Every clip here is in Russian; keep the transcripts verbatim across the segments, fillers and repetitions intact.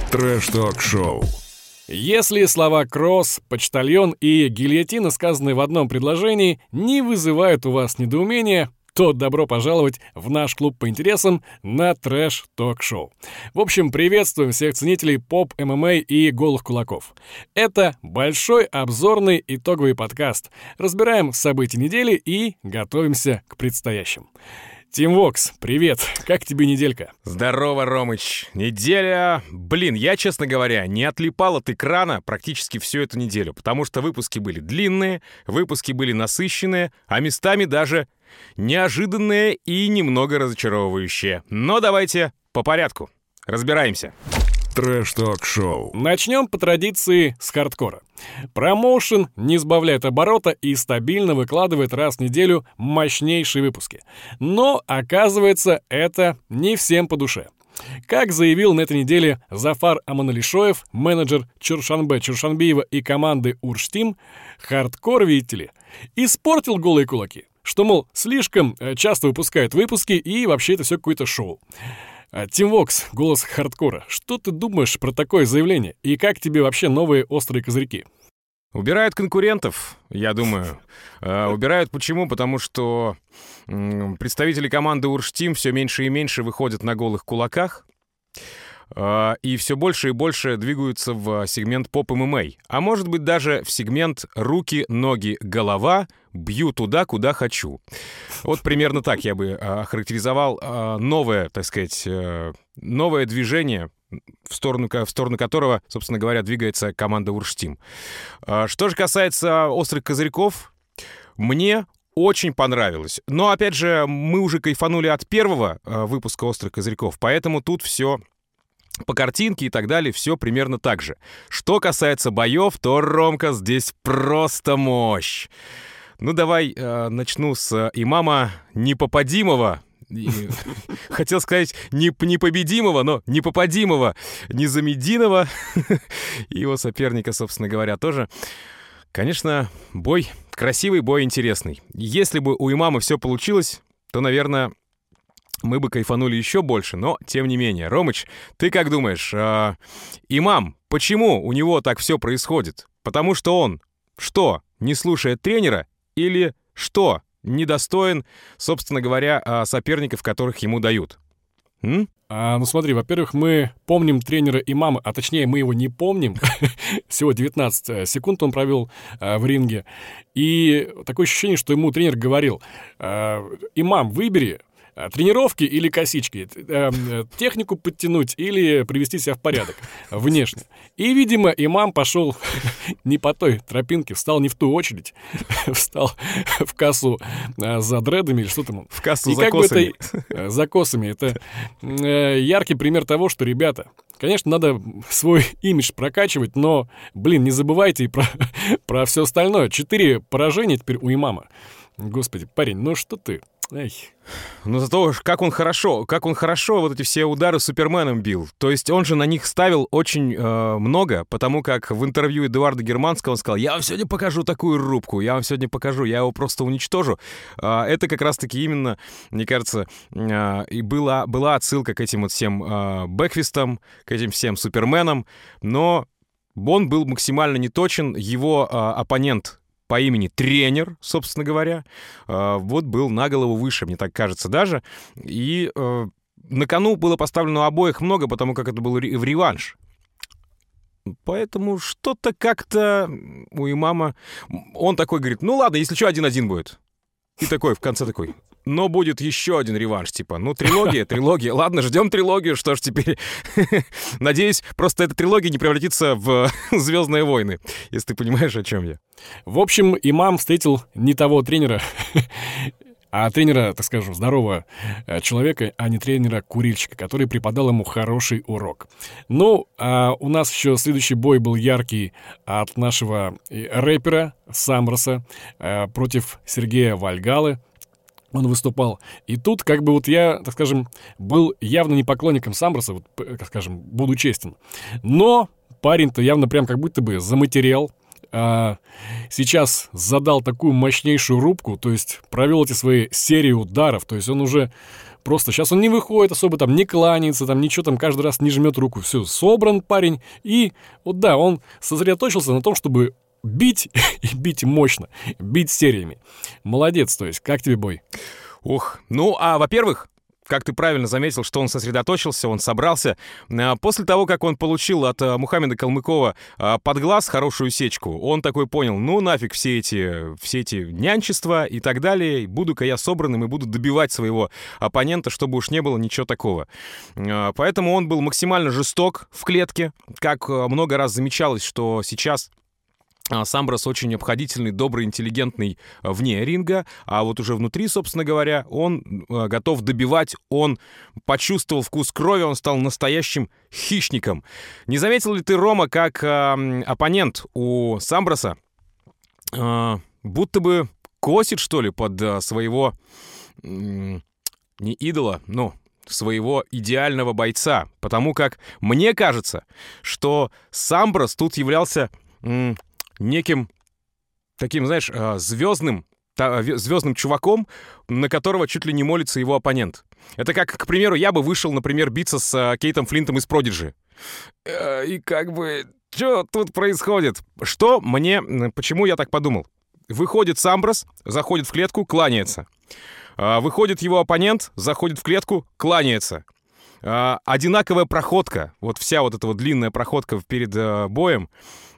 Трэш-ток-шоу. Если слова «кросс», «почтальон» и «гильотина», сказанные в одном предложении, не вызывают у вас недоумения, то добро пожаловать в наш клуб по интересам на трэш-ток-шоу. В общем, приветствуем всех ценителей поп, эм эм а и голых кулаков. Это большой обзорный итоговый подкаст. Разбираем события недели и готовимся к предстоящим. Тим Вокс, привет! Как тебе неделька? Здорово, Ромыч. Неделя... Блин, я, честно говоря, не отлипал от экрана практически всю эту неделю, потому что выпуски были длинные, выпуски были насыщенные, а местами даже неожиданные и немного разочаровывающие. Но давайте по порядку. Разбираемся. Трэш-ток-шоу. Начнем по традиции с хардкора. Промоушен не сбавляет оборота и стабильно выкладывает раз в неделю мощнейшие выпуски. Но, оказывается, это не всем по душе. Как заявил на этой неделе Зафар Аманалишоев, менеджер Чоршанбе Чоршанбиева и команды Урштим, хардкор, видите ли, испортил голые кулаки. Что, мол, слишком часто выпускают выпуски и вообще это все какое-то шоу. Тим Вокс, голос хардкора, что ты думаешь про такое заявление? И как тебе вообще новые острые козырьки? Убирают конкурентов, я думаю. Uh, убирают почему? Потому что м, представители команды Урштим все меньше и меньше выходят на голых кулаках. Uh, и все больше и больше двигаются в сегмент поп-эм эм а. А может быть даже в сегмент руки, ноги, голова, бью туда, куда хочу. Вот примерно так я бы uh, охарактеризовал uh, новое, так сказать, uh, новое движение, в сторону, в сторону которого, собственно говоря, двигается команда Урштим. Uh, что же касается острых козырьков, мне очень понравилось. Но, опять же, мы уже кайфанули от первого uh, выпуска «Острых козырьков», поэтому тут все... по картинке и так далее, все примерно так же. Что касается боев, то, Ромка, здесь просто мощь. Ну, давай э, начну с имама непопадимого. И, хотел сказать не, непобедимого, но непопадимого Низамеддинова. И его соперника, собственно говоря, тоже. Конечно, бой красивый, бой интересный. Если бы у имама все получилось, то, наверное... мы бы кайфанули еще больше, но тем не менее. Ромыч, ты как думаешь, э, имам, почему у него так все происходит? Потому что он, что, не слушает тренера или что, недостоин, собственно говоря, э, соперников, которых ему дают? М? А, ну смотри, во-первых, мы помним тренера имама, а точнее мы его не помним. Всего девятнадцать секунд он провел а, в ринге. И такое ощущение, что ему тренер говорил: а, имам, выбери, тренировки или косички, технику подтянуть или привести себя в порядок внешне. И, видимо, имам пошел не по той тропинке, встал не в ту очередь, встал в кассу за дредами или что там. В кассу и за как косами. Бы это, за косами. Это яркий пример того, что, ребята, конечно, надо свой имидж прокачивать, но, блин, не забывайте и про, про все остальное. Четыре поражения теперь у имама. Господи, парень, ну что ты? Эй. Ну зато как он хорошо, как он хорошо вот эти все удары Суперменом бил. То есть он же на них ставил очень э, много, потому как в интервью Эдуарда Германского он сказал: я вам сегодня покажу такую рубку, я вам сегодня покажу, я его просто уничтожу. Э, это как раз-таки именно, мне кажется, э, и была, была отсылка к этим вот всем э, бэкфистам, к этим всем Суперменам, но он был максимально неточен, его э, оппонент по имени тренер, собственно говоря, э, вот был на голову выше, мне так кажется даже. И э, на кону было поставлено обоих много, потому как это был в реванш. Поэтому что-то как-то у имама... Он такой говорит: ну ладно, если что, один-один будет. И такой в конце такой: но будет еще один реванш, типа, ну, трилогия, трилогия. Ладно, ждем трилогию, что ж теперь... Надеюсь, просто эта трилогия не превратится в «Звездные войны», если ты понимаешь, о чем я. В общем, имам встретил не того тренера, а тренера, так скажем, здорового человека, а не тренера-курильщика, который преподал ему хороший урок. Ну, а у нас еще следующий бой был яркий от нашего рэпера Самроса против Сергея Вальгалы. Он выступал. И тут, как бы вот я, так скажем, был явно не поклонником Самроса, вот, как скажем, буду честен. Но парень-то явно прям как будто бы заматерел. А, сейчас задал такую мощнейшую рубку, то есть провел эти свои серии ударов. То есть он уже просто сейчас он не выходит особо, там, не кланяется, там, ничего, там, каждый раз не жмет руку. Все, собран парень. И вот да, он сосредоточился на том, чтобы бить, и бить мощно, бить сериями. Молодец, то есть. Как тебе бой? Ух, ну, а, во-первых, как ты правильно заметил, что он сосредоточился, он собрался. После того, как он получил от Мухаммеда Калмыкова под глаз хорошую сечку, он такой понял, ну нафиг все эти, все эти нянчества и так далее, буду-ка я собранным и буду добивать своего оппонента, чтобы уж не было ничего такого. Поэтому он был максимально жесток в клетке, как много раз замечалось, что сейчас... Самброс очень обходительный, добрый, интеллигентный вне ринга, а вот уже внутри, собственно говоря, он готов добивать, он почувствовал вкус крови, он стал настоящим хищником. Не заметил ли ты, Рома, как э, оппонент у Самброса э, будто бы косит, что ли, под э, своего, э, не идола, но... своего идеального бойца, потому как мне кажется, что Самброс тут являлся... Э, неким таким, знаешь, звездным, звездным чуваком, на которого чуть ли не молится его оппонент. Это как, к примеру, я бы вышел, например, биться с Кейтом Флинтом из Prodigy. И как бы, что тут происходит? Что мне, почему я так подумал? Выходит Самброс, заходит в клетку, кланяется. Выходит его оппонент, заходит в клетку, кланяется. Одинаковая проходка, вот вся вот эта вот длинная проходка перед боем,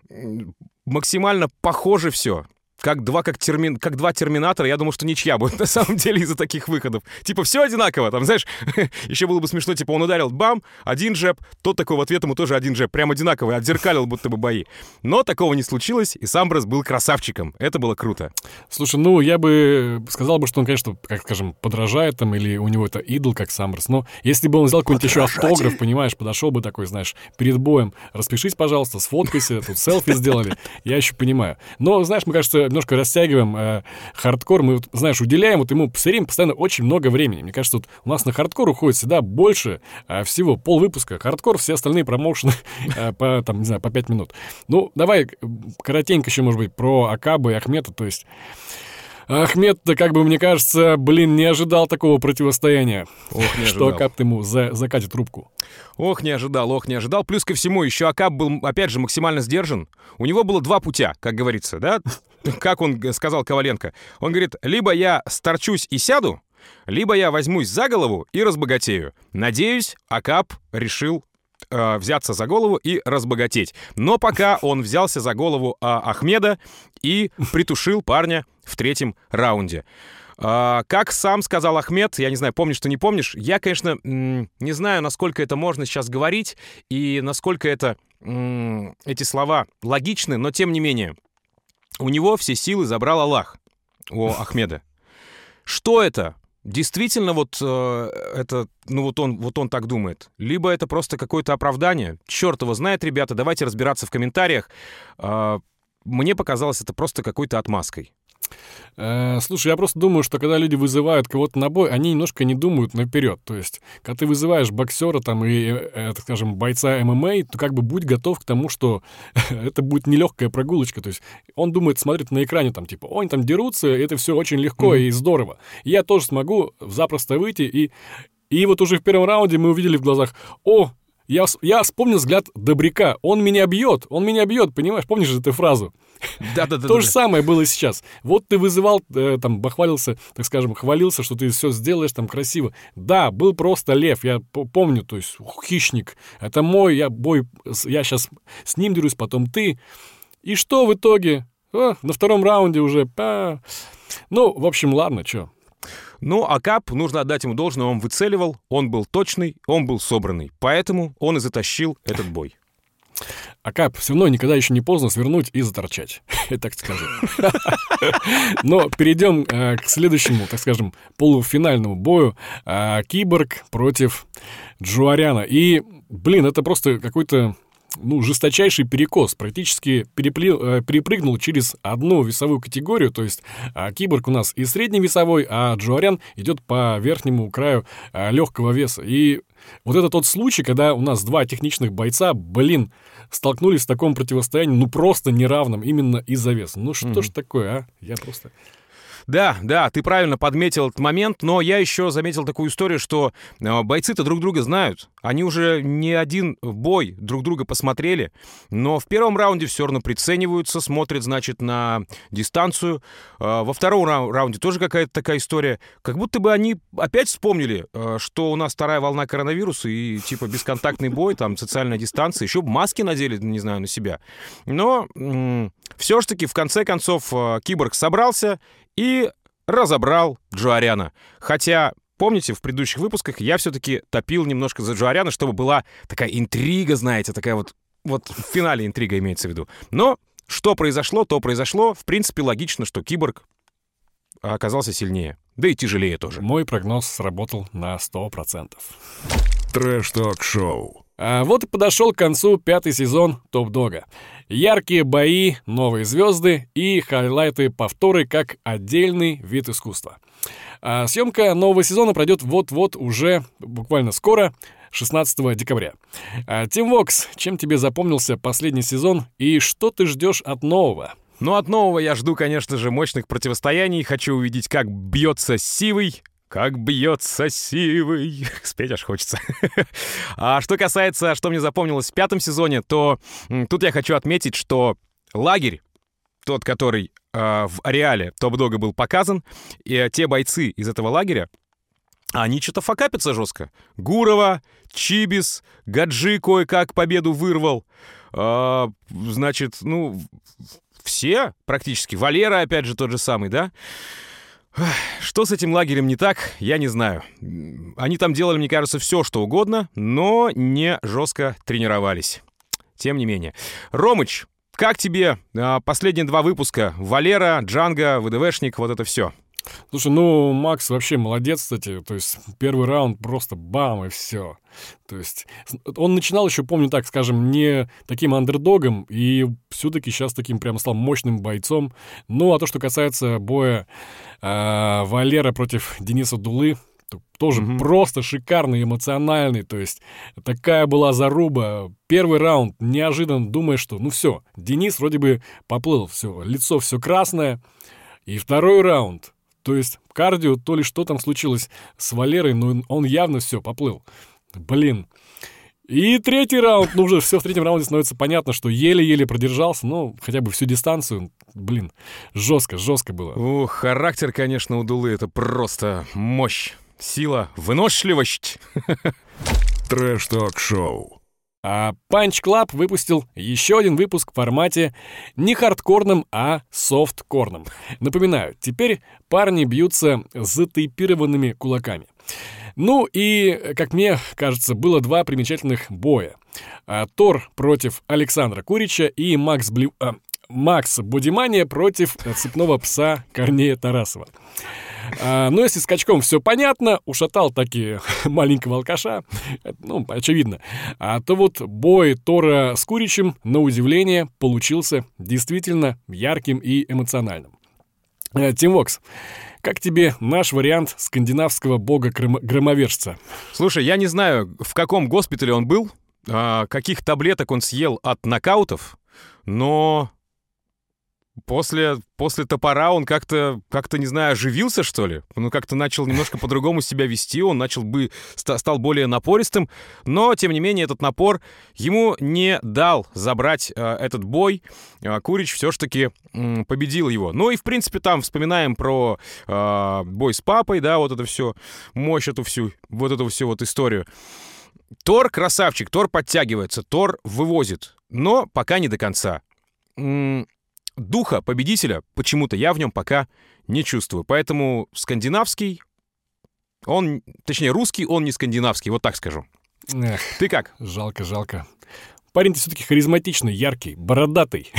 максимально похоже все. Как два, как, терми... как два терминатора, я думал, что ничья будет на самом деле из-за таких выходов. Типа, все одинаково, там, знаешь, еще было бы смешно, типа, он ударил, бам, один джеб, тот такой в ответ ему тоже один джеб, прям одинаковый, отзеркалил будто бы бои. Но такого не случилось, и Самброс был красавчиком, это было круто. Слушай, ну, я бы сказал бы, что он, конечно, как скажем, подражает там, или у него это идол, как Самброс, но если бы он взял какой-нибудь еще автограф, понимаешь, подошел бы такой, знаешь, перед боем, распишись, пожалуйста, сфоткайся, тут селфи сделали, я еще понимаю. Но, знаешь, мне кажется, немножко растягиваем э, хардкор, мы, вот, знаешь, уделяем вот ему все время постоянно очень много времени. Мне кажется, вот у нас на хардкор уходит всегда больше э, всего, полвыпуска. Хардкор, все остальные промоушены э, по, там, не знаю, по пять минут. Ну, давай коротенько еще, может быть, про Акаба и Ахмеда, то есть... Ахмед-то, как бы, мне кажется, блин, не ожидал такого противостояния. Ох, не что ожидал. Акаб ему за, закатит трубку. Ох, не ожидал, ох, не ожидал. Плюс ко всему, еще Акаб был, опять же, максимально сдержан. У него было два путя, как говорится, да? Как он сказал Коваленко. Он говорит, либо я сторчусь и сяду, либо я возьмусь за голову и разбогатею. Надеюсь, Акаб решил э, взяться за голову и разбогатеть. Но пока он взялся за голову э, Ахмеда и притушил парня в третьем раунде. А, как сам сказал Ахмед, я не знаю, помнишь, что не помнишь, я, конечно, м- не знаю, насколько это можно сейчас говорить и насколько это, м- эти слова логичны, но тем не менее, у него все силы забрал Аллах, у Ахмеда. Что это? Действительно, вот э, это, ну вот он, вот он так думает. Либо это просто какое-то оправдание. Черт его знает, ребята, давайте разбираться в комментариях. Э, мне показалось это просто какой-то отмазкой. Э, слушай, я просто думаю, что когда люди вызывают кого-то на бой, они немножко не думают наперед. То есть, когда ты вызываешь боксера там и, э, так скажем, бойца эм эм а, то как бы будь готов к тому, что это будет нелегкая прогулочка. То есть, он думает, смотрит на экране, там, типа, они там дерутся, это все очень легко mm-hmm. и здорово. И я тоже смогу запросто выйти. И, и вот уже в первом раунде мы увидели в глазах, о, я, я вспомнил взгляд Добряка. Он меня бьет, он меня бьет, понимаешь? Помнишь же эту фразу? Да-да-да. То же самое было и сейчас. Вот ты вызывал, э, там, бахвалился, так скажем, хвалился, что ты все сделаешь там красиво. Да, был просто лев, я помню, то есть хищник. Это мой, я бой, я сейчас с ним дерусь, потом ты. И что в итоге? О, на втором раунде уже. А. Ну, в общем, ладно, что. Ну, Акаб, нужно отдать ему должное, он выцеливал, он был точный, он был собранный. Поэтому он и затащил этот бой. Акаб, все равно никогда еще не поздно свернуть и заторчать. Я так скажу. Но перейдем э, к следующему, так скажем, полуфинальному бою. Э, Киборг против Джоаряна. И, блин, это просто какой-то... ну, жесточайший перекос, практически переплил, э, перепрыгнул через одну весовую категорию, то есть э, Киборг у нас и средневесовой, а Джоарян идет по верхнему краю э, легкого веса. И вот это тот случай, когда у нас два техничных бойца, блин, столкнулись в таком противостоянии, ну, просто неравном, именно из-за веса. Ну, что mm-hmm. ж такое, а? Я просто... Да, да, ты правильно подметил этот момент, но я еще заметил такую историю, что э, бойцы-то друг друга знают. Они уже не один бой друг друга посмотрели, но в первом раунде все равно прицениваются, смотрят, значит, на дистанцию. Э, во втором рау- раунде тоже какая-то такая история. Как будто бы они опять вспомнили, э, что у нас вторая волна коронавируса и типа бесконтактный бой, там социальная дистанция, еще маски надели, не знаю, на себя. Но м- все ж таки, в конце концов, э, Киборг собрался и разобрал Джоаряна. Хотя, помните, в предыдущих выпусках я все-таки топил немножко за Джоаряна, чтобы была такая интрига, знаете, такая вот, вот в финале интрига имеется в виду. Но что произошло, то произошло. В принципе, логично, что Киборг оказался сильнее. Да и тяжелее тоже. Мой прогноз сработал на сто процентов. Трэш-ток-шоу. А вот и подошел к концу пятый сезон Топ-Дога. Яркие бои, новые звезды и хайлайты-повторы как отдельный вид искусства. А съемка нового сезона пройдет вот-вот уже, буквально скоро, шестнадцатого декабря. А, Тим Вокс, чем тебе запомнился последний сезон и что ты ждешь от нового? Ну, от нового я жду, конечно же, мощных противостояний. Хочу увидеть, как бьется Сивый. Как бьется Сивый. Спеть аж хочется. А что касается, что мне запомнилось в пятом сезоне, то м, тут я хочу отметить, что лагерь, тот, который э, в ареале Топ-Дога был показан, и э, те бойцы из этого лагеря, они что-то факапятся жестко. Гурова, Чибис, Гаджи кое-как победу вырвал. Э, значит, ну, все практически. Валера, опять же, тот же самый, да? Что с этим лагерем не так, я не знаю. Они там делали, мне кажется, все, что угодно, но не жестко тренировались. Тем не менее. Ромыч, как тебе а, последние два выпуска? Валера, Джанго, ВДВшник, вот это все. Слушай, ну, Макс вообще молодец, кстати. То есть первый раунд просто бам, и все. То есть он начинал еще, помню так, скажем, не таким андердогом, и все-таки сейчас таким прям стал мощным бойцом. Ну, а то, что касается боя э, Валера против Дениса Дулы, то тоже mm-hmm. просто шикарный, эмоциональный. То есть такая была заруба. Первый раунд, неожиданно думаешь, что ну все, Денис вроде бы поплыл, все, лицо все красное. И второй раунд. То есть кардио, то ли что там случилось с Валерой, но он явно все, поплыл. Блин. И третий раунд, ну уже все в третьем раунде становится понятно, что еле-еле продержался, ну, хотя бы всю дистанцию. Блин, жестко, жестко было. Ух, характер, конечно, у Дулы, это просто мощь, сила, выносливость. Трэш-ток-шоу. А Punch Club выпустил еще один выпуск в формате не хардкорном, а софткорном. Напоминаю, теперь парни бьются затейпированными кулаками. Ну и, как мне кажется, было два примечательных боя. А, Тор против Александра Курича и Макс, Бли... а, Макс Бодимания против цепного пса Корнея Тарасова. А, ну, если скачком все понятно, ушатал таки маленького алкаша, ну, очевидно. А то вот бой Тора с Куричем, на удивление, получился действительно ярким и эмоциональным. Тим Вокс, как тебе наш вариант скандинавского бога-громовержца? Слушай, я не знаю, в каком госпитале он был, а, каких таблеток он съел от нокаутов, но... После, после топора он как-то, как-то, не знаю, оживился, что ли? Он как-то начал немножко по-другому себя вести, он начал бы, стал более напористым, но, тем не менее, этот напор ему не дал забрать э, этот бой. Э, Курич все-таки э, победил его. Ну и, в принципе, там вспоминаем про э, бой с папой, да, вот это все, мощь эту всю, вот эту всю вот историю. Тор красавчик, Тор подтягивается, Тор вывозит, но пока не до конца. М- Духа победителя почему-то я в нем пока не чувствую. Поэтому скандинавский, он, точнее, русский, он не скандинавский, вот так скажу. Эх, ты как? Жалко, жалко. Парень-то все-таки харизматичный, яркий, бородатый.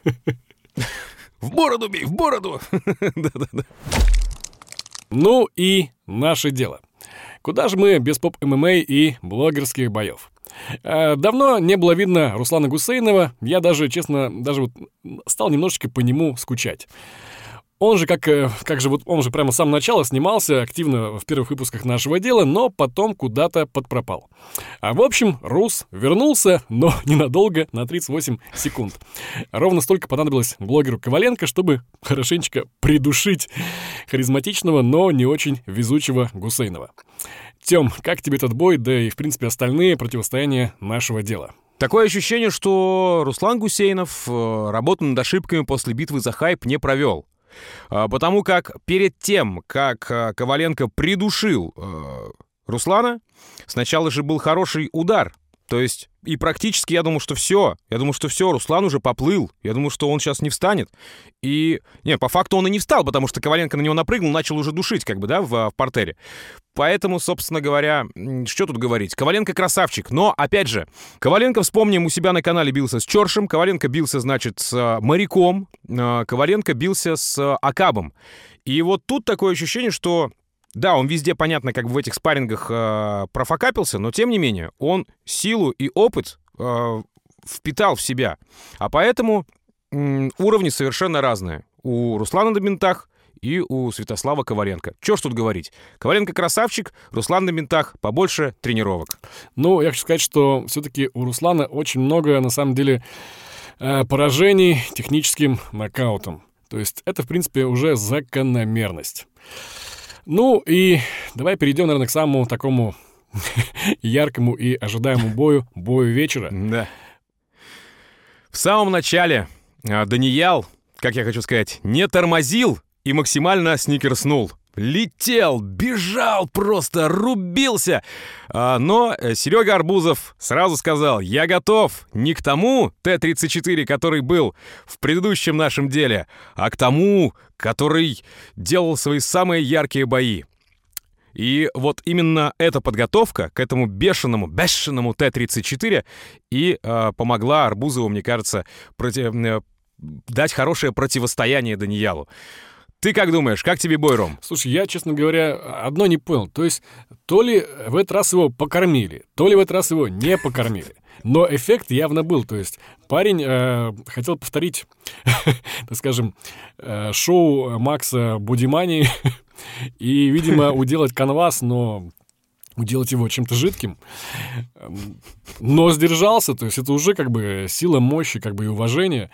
В бороду бей, в бороду! Да-да-да. Ну и наше дело. Куда же мы без поп-ММА и блогерских боев? Давно не было видно Руслана Гусейнова. Я даже, честно, даже вот стал немножечко по нему скучать. Он же, как, э, как же, вот он же прямо с самого начала снимался активно в первых выпусках нашего дела, но потом куда-то подпропал. А в общем, Рус вернулся, но ненадолго, на тридцать восемь секунд. Ровно столько понадобилось блогеру Коваленко, чтобы хорошенечко придушить харизматичного, но не очень везучего Гусейнова. Тём, как тебе этот бой, да и, в принципе, остальные противостояния нашего дела? Такое ощущение, что Руслан Гусейнов э, работу над ошибками после битвы за хайп не провел. Э, потому как перед тем, как э, Коваленко придушил э, Руслана, сначала же был хороший удар. То есть, и практически я думал, что все. Я думал, что все, Руслан уже поплыл. Я думал, что он сейчас не встанет. И, не, по факту он и не встал, потому что Коваленко на него напрыгнул, начал уже душить, как бы, да, в, в партере. Поэтому, собственно говоря, что тут говорить? Коваленко красавчик. Но, опять же, Коваленко, вспомним, у себя на канале бился с Чоршем. Коваленко бился, значит, с Моряком. Коваленко бился с Акабом. И вот тут такое ощущение, что... Да, он везде, понятно, как бы в этих спаррингах э, профокапился, но тем не менее он силу и опыт э, впитал в себя. А поэтому э, уровни совершенно разные. У Руслана на бинтах и у Святослава Коваленко. Чё ж тут говорить? Коваленко красавчик, Руслан на бинтах, побольше тренировок. Ну, я хочу сказать, что все-таки у Руслана очень много, на самом деле, э, поражений техническим нокаутом. То есть это, в принципе, уже закономерность. Ну и давай перейдем, наверное, к самому такому яркому и ожидаемому бою, бою вечера. Да. В самом начале Даниял, как я хочу сказать, не тормозил и максимально сникерснул. Летел, бежал просто, рубился. А, но Серега Арбузов сразу сказал: я готов не к тому Т тридцать четыре, который был в предыдущем нашем деле, а к тому, который делал свои самые яркие бои. И вот именно эта подготовка к этому бешеному, бешеному Т тридцать четыре и э, помогла Арбузову, мне кажется, против, э, дать хорошее противостояние Даниялу. Ты как думаешь, как тебе бой, Ром? Слушай, я, честно говоря, одно не понял. То есть, то ли в этот раз его покормили, то ли в этот раз его не покормили. Но эффект явно был. То есть, парень э, хотел повторить, так скажем, э, шоу Макса Будимани и, видимо, уделать канвас, но... уделать его чем-то жидким, но сдержался, то есть это уже как бы сила мощи, как бы и уважение.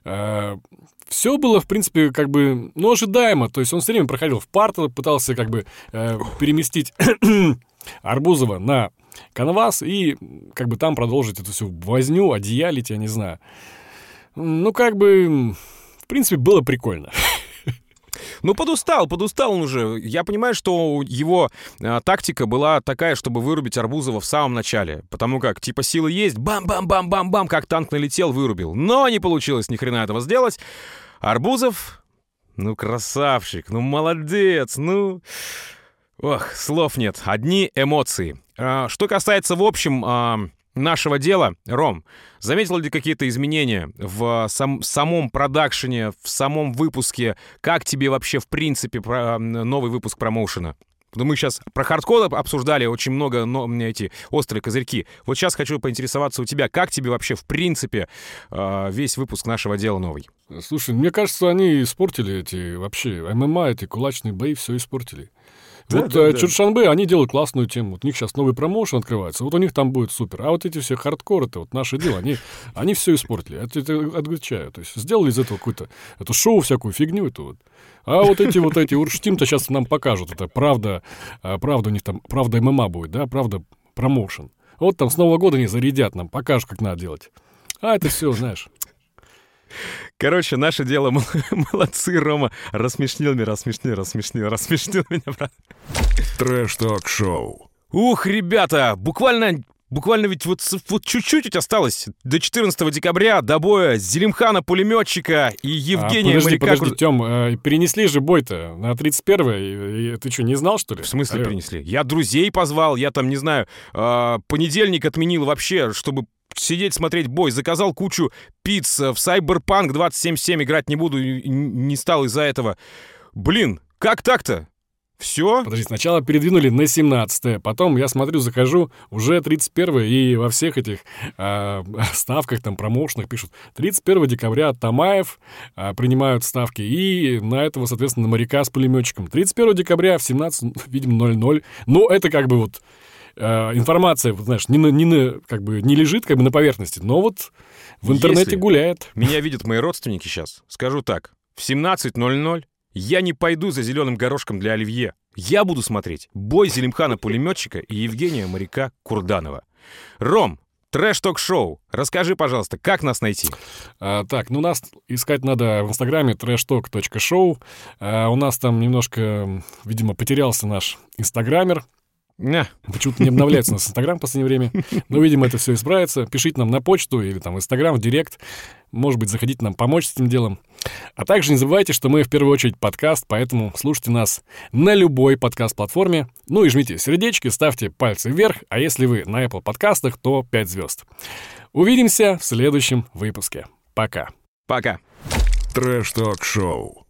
Все было, в принципе, как бы, ну, ожидаемо, то есть он все время проходил в партер, пытался как бы переместить Арбузова на канвас и как бы там продолжить эту всю возню, одеялить, я не знаю. Ну, как бы, в принципе, было прикольно. Ну, подустал, подустал он уже. Я понимаю, что его э, тактика была такая, чтобы вырубить Арбузова в самом начале. Потому как, типа, силы есть, бам-бам-бам-бам-бам, как танк налетел, вырубил. Но не получилось ни хрена этого сделать. Арбузов, ну, красавчик, ну, молодец, ну... Ох, слов нет, одни эмоции. Э, что касается, в общем... Э, нашего дела, Ром, заметил ли ты какие-то изменения в сам, самом продакшене, в самом выпуске? Как тебе вообще, в принципе, про, новый выпуск промоушена? Мы сейчас про хардкор обсуждали очень много, но, эти острые козырьки. Вот сейчас хочу поинтересоваться у тебя, как тебе вообще, в принципе, весь выпуск нашего дела новый? Слушай, мне кажется, они испортили эти вообще ММА, эти кулачные бои, все испортили. Да, вот да, э, да. Чуршанбе, они делают классную тему. Вот у них сейчас новый промоушен открывается, вот у них там будет супер. А вот эти все хардкоры, это вот наше дело, они, они все испортили. Это, это отвечаю. То есть сделали из этого какую-то эту шоу, всякую фигню эту вот. А вот эти вот эти Урштим-то сейчас нам покажут. Это правда, правда у них там, правда ММА будет, да, правда промоушен. Вот там с Нового года они зарядят нам, покажут, как надо делать. А это все, знаешь... Короче, наше дело, молодцы, Рома. Рассмешнил меня, рассмешнил, рассмешнил, рассмешнил меня, брат. Трэш-ток-шоу. Ух, ребята, буквально, буквально ведь вот, вот чуть-чуть осталось до четырнадцатого декабря, до боя Зелимхана пулеметчика и Евгения а, подожди, Моряка. Подожди, Тём, э, перенесли же бой-то на тридцать первое, и, и, ты что, не знал, что ли? В смысле Алло. перенесли? Я друзей позвал, я там, не знаю, э, понедельник отменил вообще, чтобы... сидеть, смотреть бой. Заказал кучу пиц. В Cyberpunk двадцать семьдесят семь играть не буду. Не стал из-за этого. Блин, как так-то? Все? Подожди, сначала передвинули на семнадцатое, потом я смотрю, захожу, уже тридцать первое, и во всех этих э, ставках, там, промоушенах пишут тридцать первого декабря Тамаев э, принимают ставки, и на этого, соответственно, на моряка с пулеметчиком. тридцать первого декабря в семнадцать, видимо, ноль ноль. Ну, это как бы вот э, информация, вот, знаешь, не, на, не, на, как бы, не лежит как бы на поверхности, но вот в интернете Если гуляет. Меня видят мои родственники сейчас. Скажу так, в семнадцать ноль ноль я не пойду за зеленым горошком для оливье. Я буду смотреть бой Зелимхана-пулеметчика и Евгения моряка Курданова. Ром, трэш-ток-шоу. Расскажи, пожалуйста, как нас найти? А, так, ну нас искать надо в инстаграме трэшток точка шоу. А, у нас там немножко, видимо, потерялся наш инстаграмер. Не. Почему-то не обновляется у нас Инстаграм в последнее время. Но, видимо, это все исправится. Пишите нам на почту или там в Инстаграм, в Директ. Может быть, заходите нам помочь с этим делом. А также не забывайте, что мы в первую очередь подкаст, поэтому слушайте нас на любой подкаст-платформе. Ну и жмите сердечки, ставьте пальцы вверх, а если вы на Apple подкастах, то пять звезд. Увидимся в следующем выпуске. Пока. Пока. Трэш-ток-шоу.